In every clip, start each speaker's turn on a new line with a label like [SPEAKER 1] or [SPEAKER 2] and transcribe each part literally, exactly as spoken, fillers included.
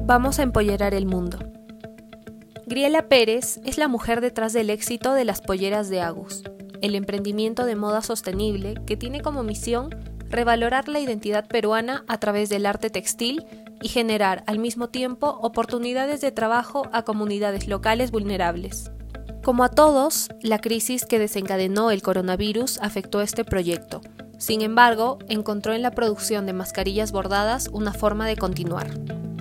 [SPEAKER 1] Vamos a empollerar el mundo. Griela Pérez es la mujer detrás del éxito de las polleras de Agus, el emprendimiento de moda sostenible que tiene como misión revalorar la identidad peruana a través del arte textil y generar al mismo tiempo oportunidades de trabajo a comunidades locales vulnerables. Como a todos, la crisis que desencadenó el coronavirus afectó este proyecto. Sin embargo, encontró en la producción de mascarillas bordadas una forma de continuar.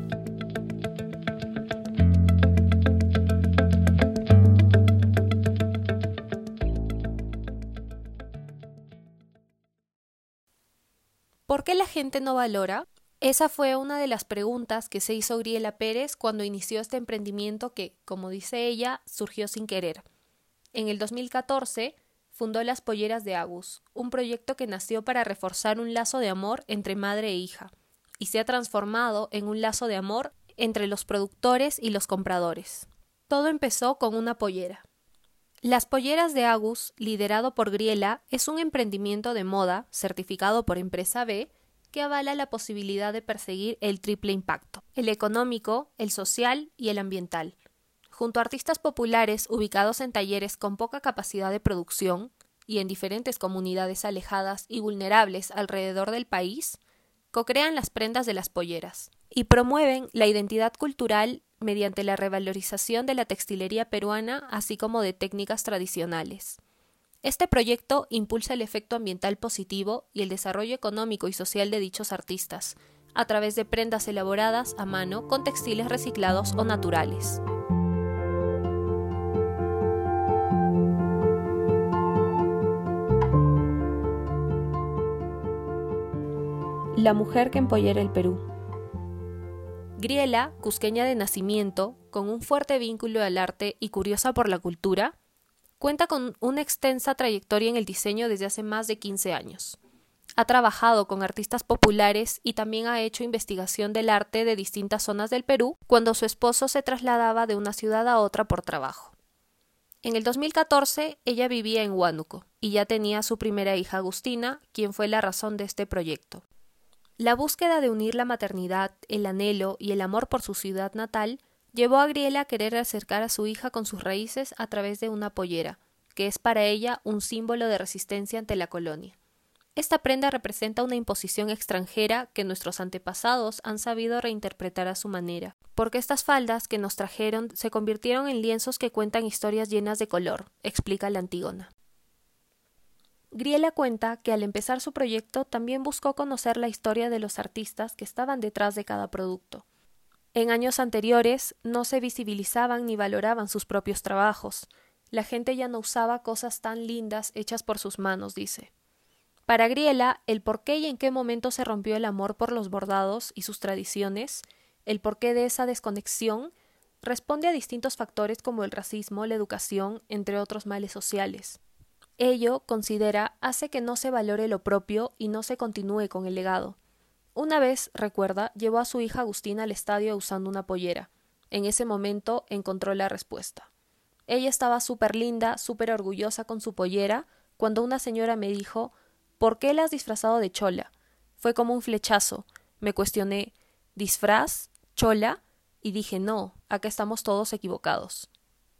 [SPEAKER 1] ¿Por qué la gente no valora? Esa fue una de las preguntas que se hizo Griela Pérez cuando inició este emprendimiento que, como dice ella, surgió sin querer. En el dos mil catorce fundó Las Polleras de Agus, un proyecto que nació para reforzar un lazo de amor entre madre e hija, y se ha transformado en un lazo de amor entre los productores y los compradores. Todo empezó con una pollera. Las Polleras de Agus, liderado por Griela, es un emprendimiento de moda certificado por Empresa B que avala la posibilidad de perseguir el triple impacto: el económico, el social y el ambiental. Junto a artistas populares ubicados en talleres con poca capacidad de producción y en diferentes comunidades alejadas y vulnerables alrededor del país, co-crean las prendas de las polleras y promueven la identidad cultural mediante la revalorización de la textilería peruana, así como de técnicas tradicionales. Este proyecto impulsa el efecto ambiental positivo y el desarrollo económico y social de dichos artistas, a través de prendas elaboradas a mano con textiles reciclados o naturales. La mujer que empollera el Perú. Griela, cusqueña de nacimiento, con un fuerte vínculo al arte y curiosa por la cultura, cuenta con una extensa trayectoria en el diseño desde hace más de quince años. Ha trabajado con artistas populares y también ha hecho investigación del arte de distintas zonas del Perú cuando su esposo se trasladaba de una ciudad a otra por trabajo. En el dos mil catorce ella vivía en Huánuco y ya tenía su primera hija Agustina, quien fue la razón de este proyecto. La búsqueda de unir la maternidad, el anhelo y el amor por su ciudad natal llevó a Griela a querer acercar a su hija con sus raíces a través de una pollera, que es para ella un símbolo de resistencia ante la colonia. Esta prenda representa una imposición extranjera que nuestros antepasados han sabido reinterpretar a su manera, porque estas faldas que nos trajeron se convirtieron en lienzos que cuentan historias llenas de color, explica la Antígona. Griela cuenta que al empezar su proyecto también buscó conocer la historia de los artistas que estaban detrás de cada producto. En años anteriores no se visibilizaban ni valoraban sus propios trabajos. La gente ya no usaba cosas tan lindas hechas por sus manos, dice. Para Griela, el por qué y en qué momento se rompió el amor por los bordados y sus tradiciones, el porqué de esa desconexión, responde a distintos factores como el racismo, la educación, entre otros males sociales. Ello, considera, hace que no se valore lo propio y no se continúe con el legado. Una vez, recuerda, llevó a su hija Agustina al estadio usando una pollera. En ese momento encontró la respuesta. Ella estaba súper linda, súper orgullosa con su pollera, cuando una señora me dijo: ¿por qué la has disfrazado de chola? Fue como un flechazo. Me cuestioné: ¿disfraz? ¿Chola? Y dije: no, acá estamos todos equivocados.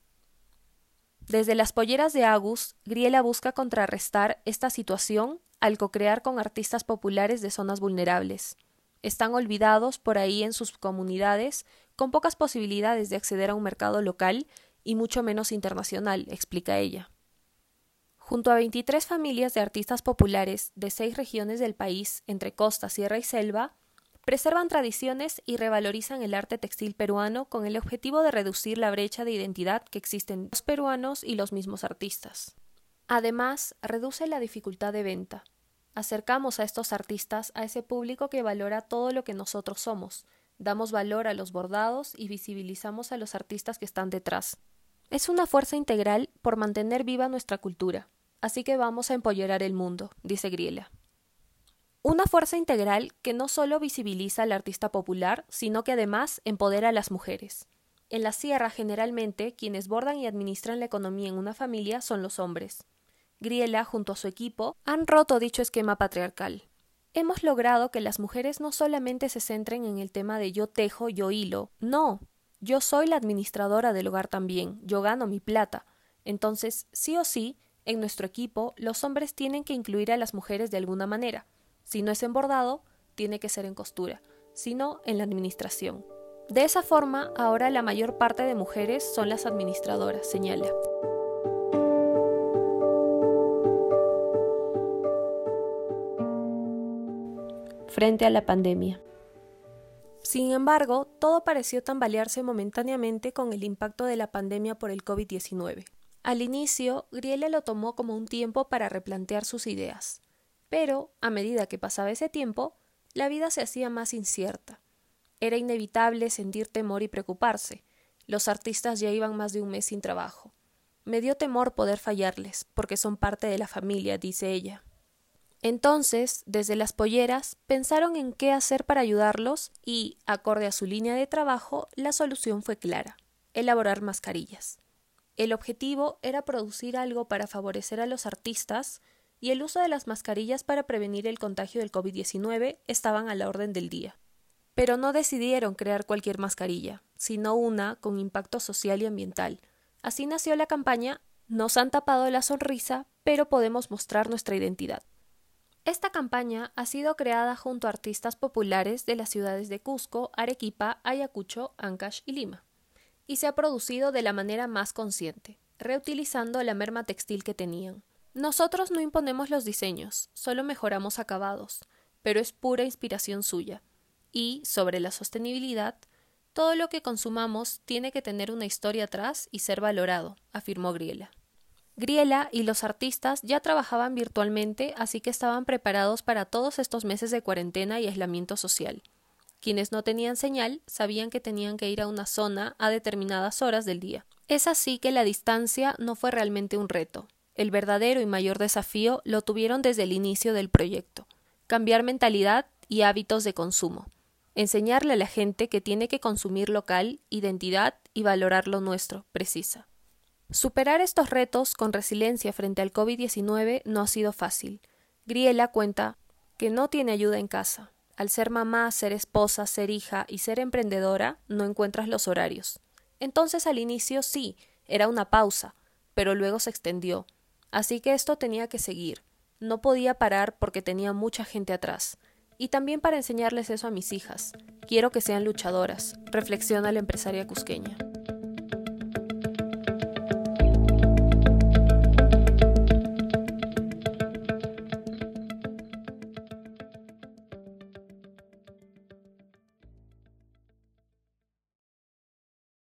[SPEAKER 1] Desde Las Polleras de Agus, Griela busca contrarrestar esta situación al co-crear con artistas populares de zonas vulnerables. Están olvidados por ahí en sus comunidades, con pocas posibilidades de acceder a un mercado local y mucho menos internacional, explica ella. Junto a veintitrés familias de artistas populares de seis regiones del país, entre costa, sierra y selva, preservan tradiciones y revalorizan el arte textil peruano con el objetivo de reducir la brecha de identidad que existe entre los peruanos y los mismos artistas. Además, reduce la dificultad de venta. Acercamos a estos artistas a ese público que valora todo lo que nosotros somos, damos valor a los bordados y visibilizamos a los artistas que están detrás. Es una fuerza integral por mantener viva nuestra cultura, así que vamos a empollerar el mundo, dice Griela. Una fuerza integral que no solo visibiliza al artista popular, sino que además empodera a las mujeres. En la sierra, generalmente, quienes bordan y administran la economía en una familia son los hombres. Griela, junto a su equipo, han roto dicho esquema patriarcal. Hemos logrado que las mujeres no solamente se centren en el tema de yo tejo, yo hilo. No, yo soy la administradora del hogar también, yo gano mi plata. Entonces, sí o sí, en nuestro equipo, los hombres tienen que incluir a las mujeres de alguna manera. Si no es en bordado, tiene que ser en costura, si no, en la administración. De esa forma, ahora la mayor parte de mujeres son las administradoras, señala. Frente a la pandemia. Sin embargo, todo pareció tambalearse momentáneamente con el impacto de la pandemia por el COVID diecinueve. Al inicio, Griela lo tomó como un tiempo para replantear sus ideas, pero, a medida que pasaba ese tiempo, la vida se hacía más incierta. Era inevitable sentir temor y preocuparse. Los artistas ya iban más de un mes sin trabajo. Me dio temor poder fallarles, porque son parte de la familia, dice ella. Entonces, desde las polleras, pensaron en qué hacer para ayudarlos y, acorde a su línea de trabajo, la solución fue clara: elaborar mascarillas. El objetivo era producir algo para favorecer a los artistas y el uso de las mascarillas para prevenir el contagio del COVID diecinueve estaban a la orden del día. Pero no decidieron crear cualquier mascarilla, sino una con impacto social y ambiental. Así nació la campaña Nos han tapado la sonrisa, pero podemos mostrar nuestra identidad. Esta campaña ha sido creada junto a artistas populares de las ciudades de Cusco, Arequipa, Ayacucho, Ancash y Lima, y se ha producido de la manera más consciente, reutilizando la merma textil que tenían. Nosotros no imponemos los diseños, solo mejoramos acabados, pero es pura inspiración suya. Y, sobre la sostenibilidad, todo lo que consumamos tiene que tener una historia atrás y ser valorado, afirmó Griela. Griela y los artistas ya trabajaban virtualmente, así que estaban preparados para todos estos meses de cuarentena y aislamiento social. Quienes no tenían señal sabían que tenían que ir a una zona a determinadas horas del día. Es así que la distancia no fue realmente un reto. El verdadero y mayor desafío lo tuvieron desde el inicio del proyecto: cambiar mentalidad y hábitos de consumo. Enseñarle a la gente que tiene que consumir local, identidad y valorar lo nuestro, precisa. Superar estos retos con resiliencia frente al COVID diecinueve no ha sido fácil. Griela cuenta que no tiene ayuda en casa. Al ser mamá, ser esposa, ser hija y ser emprendedora, no encuentras los horarios. Entonces al inicio sí, era una pausa, pero luego se extendió. Así que esto tenía que seguir. No podía parar porque tenía mucha gente atrás. Y también para enseñarles eso a mis hijas. Quiero que sean luchadoras, reflexiona la empresaria cusqueña.